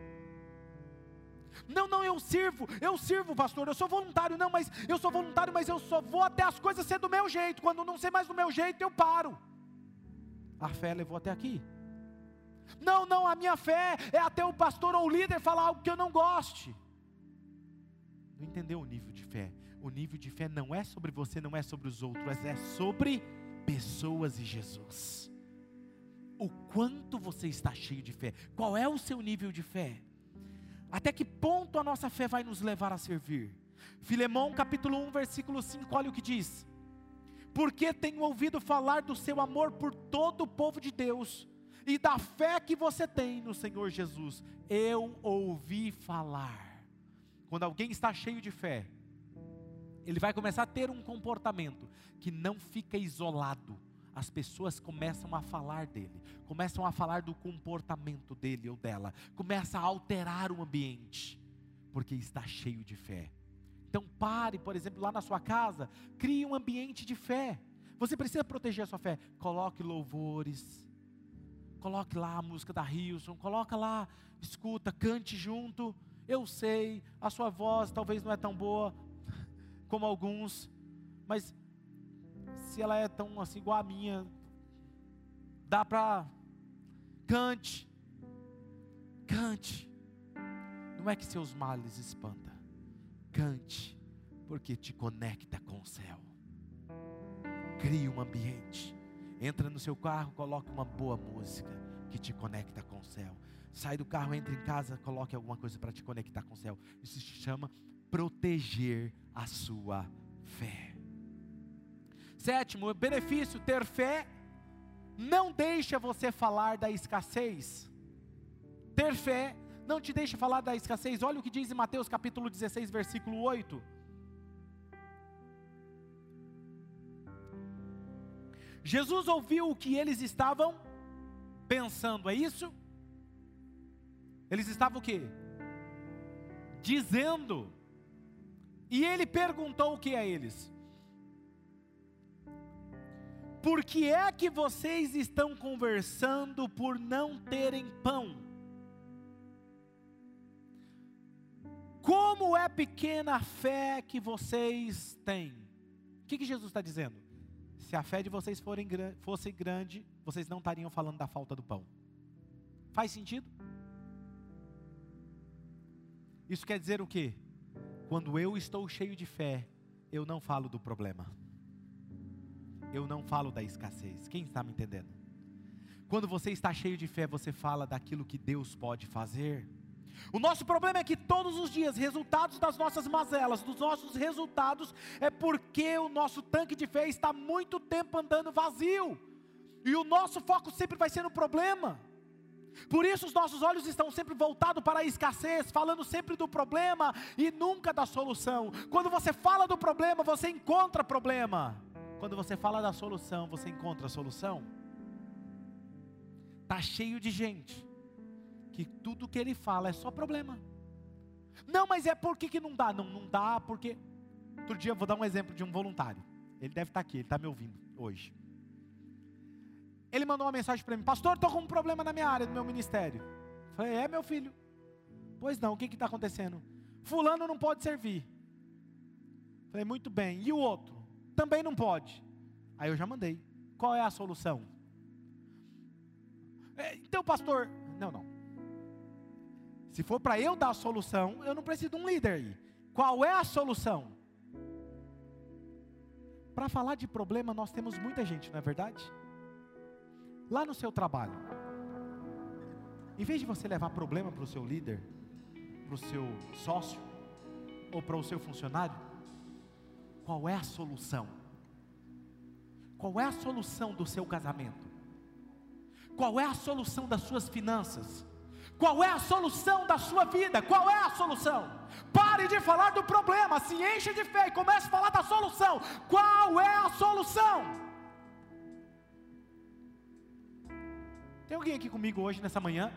Não, eu sirvo, pastor, eu sou voluntário. Não, mas eu sou voluntário, mas eu só vou até as coisas ser do meu jeito. Quando não ser mais do meu jeito, eu paro. A fé levou até aqui. Não, a minha fé é até o pastor ou o líder falar algo que eu não goste. Não entendeu o nível de fé? O nível de fé não é sobre você, não é sobre os outros, mas é sobre pessoas e Jesus. O quanto você está cheio de fé? Qual é o seu nível de fé? Até que ponto a nossa fé vai nos levar a servir? Filemão capítulo 1 versículo 5, olha o que diz: porque tenho ouvido falar do seu amor por todo o povo de Deus, e da fé que você tem no Senhor Jesus. Eu ouvi falar. Quando alguém está cheio de fé, ele vai começar a ter um comportamento que não fica isolado. As pessoas começam a falar dele, começam a falar do comportamento dele ou dela, começa a alterar o ambiente, porque está cheio de fé. Então pare, por exemplo, lá na sua casa, crie um ambiente de fé. Você precisa proteger a sua fé. Coloque louvores, coloque lá a música da Hilson, coloca lá, escuta, cante junto. Eu sei, a sua voz talvez não é tão boa como alguns, mas se ela é tão assim igual a minha, dá para cante. Não é que seus males espanta. Cante, porque te conecta com o céu. Crie um ambiente. Entra no seu carro, coloque uma boa música que te conecta com o céu. Sai do carro, entra em casa, coloque alguma coisa para te conectar com o céu. Isso se chama proteger a sua fé. Sétimo, benefício: ter fé não deixa você falar da escassez. Ter fé não te deixa falar da escassez. Olha o que diz em Mateus capítulo 16, versículo 8. Jesus ouviu o que eles estavam pensando, é isso? Eles estavam o quê? Dizendo. E ele perguntou o que a eles? Por que é que vocês estão conversando por não terem pão? Como é pequena a fé que vocês têm? O que Jesus está dizendo? Se a fé de vocês fosse grande, vocês não estariam falando da falta do pão. Faz sentido? Isso quer dizer o quê? Quando eu estou cheio de fé, eu não falo do problema. Eu não falo da escassez. Quem está me entendendo? Quando você está cheio de fé, você fala daquilo que Deus pode fazer. O nosso problema é que todos os dias, resultados das nossas mazelas, dos nossos resultados, é porque o nosso tanque de fé está muito tempo andando vazio. E o nosso foco sempre vai ser no problema. Por isso os nossos olhos estão sempre voltados para a escassez, falando sempre do problema e nunca da solução. Quando você fala do problema, você encontra problema. Quando você fala da solução, você encontra a solução. Está cheio de gente que tudo que ele fala é só problema. Não, mas é por que não dá? Não dá porque... Outro dia eu vou dar um exemplo de um voluntário. Ele deve estar aqui, ele está me ouvindo hoje. Ele mandou uma mensagem para mim: pastor, estou com um problema na minha área, no meu ministério. Eu falei: é, meu filho? Pois não, o que está acontecendo? Fulano não pode servir. Eu falei: muito bem, e o outro? Também não pode. Aí eu já mandei: qual é a solução? Então, pastor, não. Se for para eu dar a solução, eu não preciso de um líder aí. Qual é a solução? para falar de problema nós temos muita gente, não é verdade? Lá no seu trabalho, em vez de você levar problema para o seu líder, para o seu sócio, ou para o seu funcionário, qual é a solução? Qual é a solução do seu casamento? Qual é a solução das suas finanças? Qual é a solução da sua vida? Qual é a solução? Pare de falar do problema, se encha de fé e comece a falar da solução. Qual é a solução? Tem alguém aqui comigo hoje, nessa manhã?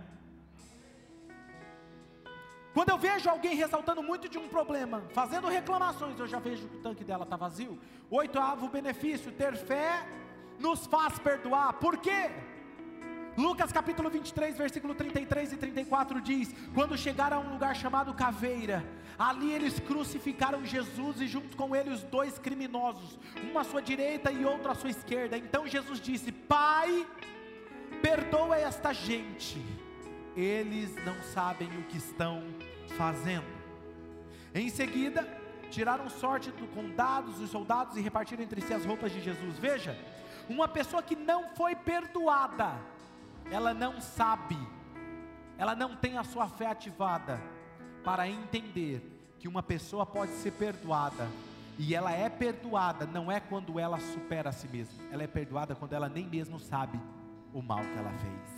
Quando eu vejo alguém ressaltando muito de um problema, fazendo reclamações, eu já vejo que o tanque dela está vazio. 8º benefício, ter fé nos faz perdoar. Por quê? Lucas capítulo 23, versículo 33 e 34 diz: quando chegaram a um lugar chamado Caveira, ali eles crucificaram Jesus e junto com ele os 2 criminosos, um à sua direita e outro à sua esquerda. Então Jesus disse: Pai, perdoa esta gente, eles não sabem o que estão fazendo. Em seguida, tiraram sorte com dados dos soldados e repartiram entre si as roupas de Jesus. Veja, uma pessoa que não foi perdoada, ela não sabe, ela não tem a sua fé ativada para entender que uma pessoa pode ser perdoada, e ela é perdoada não é quando ela supera a si mesma, ela é perdoada quando ela nem mesmo sabe o mal que ela fez.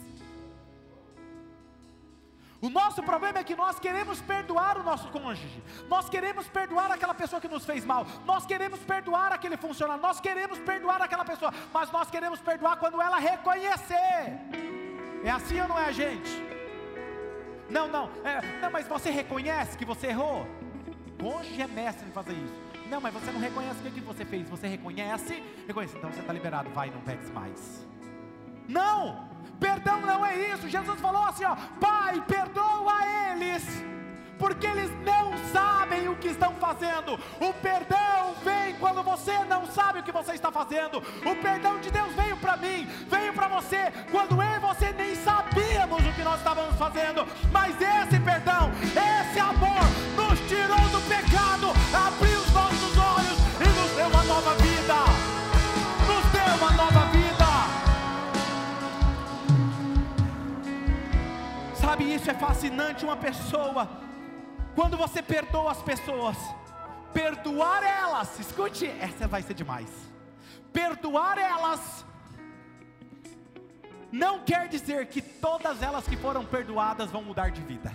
O nosso problema é que nós queremos perdoar o nosso cônjuge, nós queremos perdoar aquela pessoa que nos fez mal, nós queremos perdoar aquele funcionário, nós queremos perdoar aquela pessoa, mas nós queremos perdoar quando ela reconhecer. É assim ou não é, gente? Não, mas você reconhece que você errou? O cônjuge é mestre em fazer isso. Não, mas você não reconhece o que você fez, você reconhece, então você está liberado, vai, não peques mais. Não, perdão não é isso. Jesus falou assim, ó: Pai, perdoa eles, porque eles não sabem o que estão fazendo. O perdão vem quando você não sabe o que você está fazendo. O perdão de Deus veio para mim, veio para você, quando eu e você nem sabíamos o que nós estávamos fazendo. Mas esse perdão, esse amor, nos tirou do pecado, abriu os nossos olhos e nos deu uma nova vida. Nos deu uma nova vida. Sabe, isso é fascinante. Uma pessoa, quando você perdoa as pessoas, perdoar elas, escute, essa vai ser demais. Perdoar elas não quer dizer que todas elas que foram perdoadas vão mudar de vida.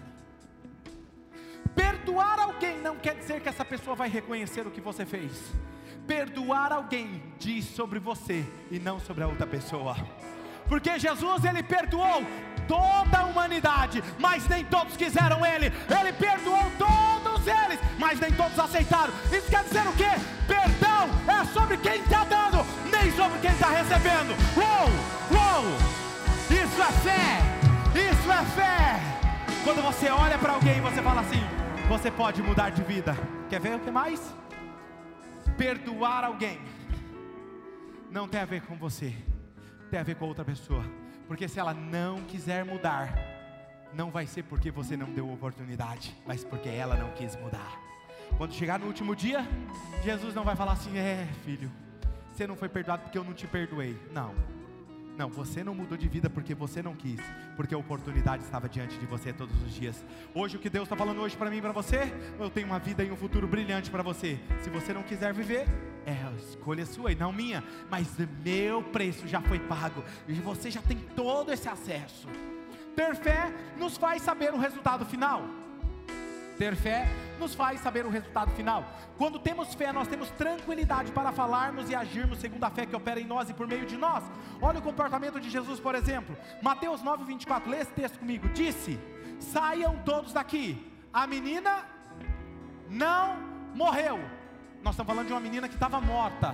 Perdoar alguém não quer dizer que essa pessoa vai reconhecer o que você fez. Perdoar alguém diz sobre você e não sobre a outra pessoa. Porque Jesus, ele perdoou toda a humanidade, mas nem todos quiseram ele. Ele perdoou todos eles, mas nem todos aceitaram. Isso quer dizer o quê? Perdão é sobre quem está dando, nem sobre quem está recebendo. Uou! Isso é fé! Isso é fé! Quando você olha para alguém e você fala assim: você pode mudar de vida. Quer ver o que mais? Perdoar alguém não tem a ver com você, tem a ver com outra pessoa. Porque se ela não quiser mudar, não vai ser porque você não deu oportunidade, mas porque ela não quis mudar. Quando chegar no último dia, Jesus não vai falar assim: filho, você não foi perdoado porque eu não te perdoei. Não, você não mudou de vida porque você não quis, porque a oportunidade estava diante de você todos os dias. Hoje, o que Deus está falando hoje para mim e para você: eu tenho uma vida e um futuro brilhante para você. Se você não quiser viver, é a escolha sua e não minha, mas o meu preço já foi pago, e você já tem todo esse acesso. Ter fé nos faz saber o resultado final. Ter fé nos faz saber o resultado final. Quando temos fé, nós temos tranquilidade para falarmos e agirmos segundo a fé que opera em nós e por meio de nós. Olha o comportamento de Jesus, por exemplo. Mateus 9:24, lê esse texto comigo. Disse: saiam todos daqui. A menina não morreu. Nós estamos falando de uma menina que estava morta.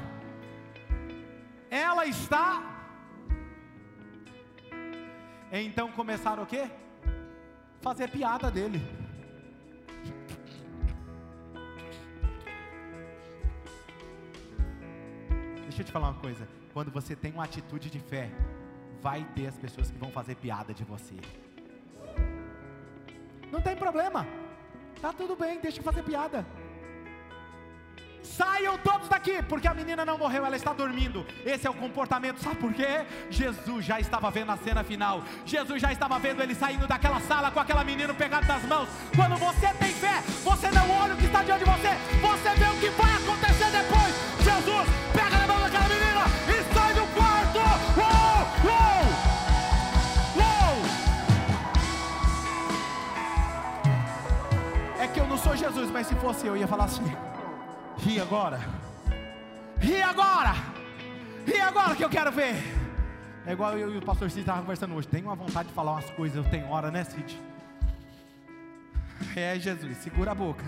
Ela está. Então começaram o quê? Fazer piada dele. Deixa eu te falar uma coisa: quando você tem uma atitude de fé, vai ter as pessoas que vão fazer piada de você. Não tem problema, tá tudo bem, deixa eu fazer piada. saiam todos daqui, porque a menina não morreu, ela está dormindo. Esse é o comportamento, sabe por quê? Jesus já estava vendo a cena final. Jesus já estava vendo ele saindo daquela sala com aquela menina pegada nas mãos. Quando você tem fé, você não olha o que está diante de você, você vê o que vai acontecer depois. Jesus pega na mão daquela menina e sai do quarto. Uou, uou, uou. É que eu não sou Jesus, mas se fosse eu ia falar assim: ri agora, ri agora, ri agora que eu quero ver. É igual eu e o pastor Cid estavam conversando hoje. Tenho uma vontade de falar umas coisas, eu tenho hora, né, Cid? É, Jesus, segura a boca.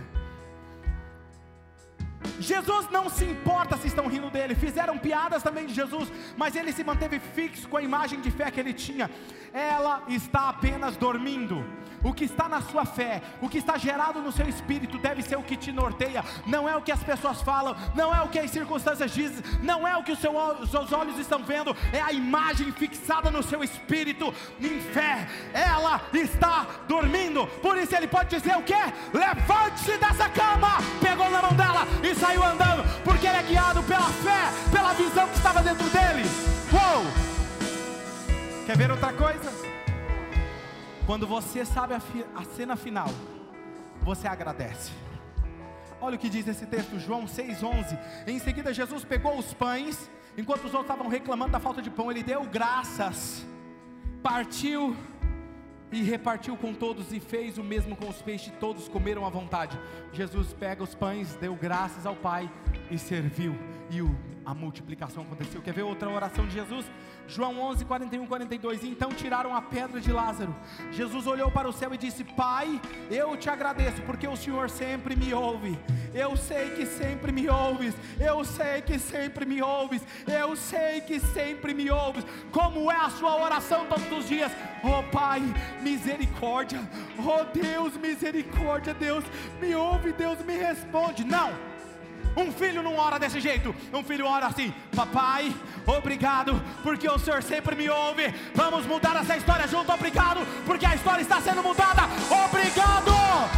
Jesus não se importa se estão rindo dele. Fizeram piadas também de Jesus, mas ele se manteve fixo com a imagem de fé que ele tinha. Ela está apenas dormindo. O que está na sua fé, o que está gerado no seu espírito, deve ser o que te norteia. Não é o que as pessoas falam, não é o que as circunstâncias dizem, não é o que os seus olhos estão vendo, é a imagem fixada no seu espírito, em fé. Ela está dormindo, por isso ele pode dizer o quê? Levante-se dessa cama. Pegou na mão dela e saiu andando, porque ele é guiado pela fé, pela visão que estava dentro dele. Uou! Quer ver outra coisa? Quando você sabe a cena final, você agradece. Olha o que diz esse texto, João 6,11. Em seguida Jesus pegou os pães, enquanto os outros estavam reclamando da falta de pão, ele deu graças, partiu e repartiu com todos, e fez o mesmo com os peixes, todos comeram à vontade. Jesus pega os pães, deu graças ao Pai e serviu, e a multiplicação aconteceu. Quer ver outra oração de Jesus? João 11, 41, 42. Então tiraram a pedra de Lázaro. Jesus olhou para o céu e disse: Pai, eu te agradeço, porque o Senhor sempre me ouve. Eu sei que sempre me ouves. Eu sei que sempre me ouves. Eu sei que sempre me ouves. Como é a sua oração todos os dias? Oh Pai, misericórdia. Oh Deus, misericórdia. Deus me ouve, Deus me responde. Não. Um filho não ora desse jeito. Um filho ora assim: Papai, obrigado, porque o Senhor sempre me ouve. Vamos mudar essa história junto. Obrigado, porque a história está sendo mudada. Obrigado.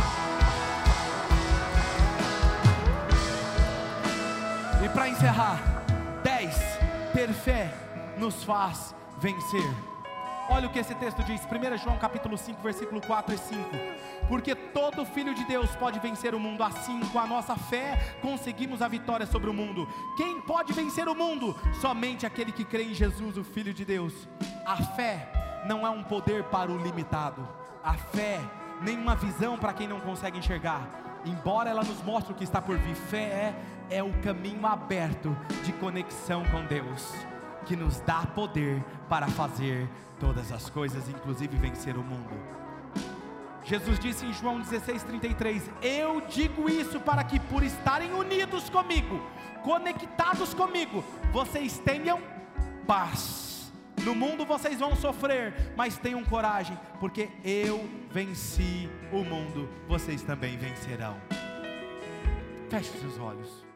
E para encerrar, 10. Ter fé nos faz vencer. Olha o que esse texto diz, 1 João capítulo 5, versículo 4 e 5. Porque todo filho de Deus pode vencer o mundo, assim com a nossa fé conseguimos a vitória sobre o mundo. Quem pode vencer o mundo? Somente aquele que crê em Jesus, o Filho de Deus. A fé não é um poder para o limitado. A fé nem uma visão para quem não consegue enxergar, embora ela nos mostre o que está por vir. Fé é o caminho aberto de conexão com Deus, que nos dá poder para fazer todas as coisas, inclusive vencer o mundo. Jesus disse em João 16:33: eu digo isso para que, por estarem unidos comigo, conectados comigo, vocês tenham paz. No mundo vocês vão sofrer, mas tenham coragem, porque eu venci o mundo, vocês também vencerão. Feche seus olhos.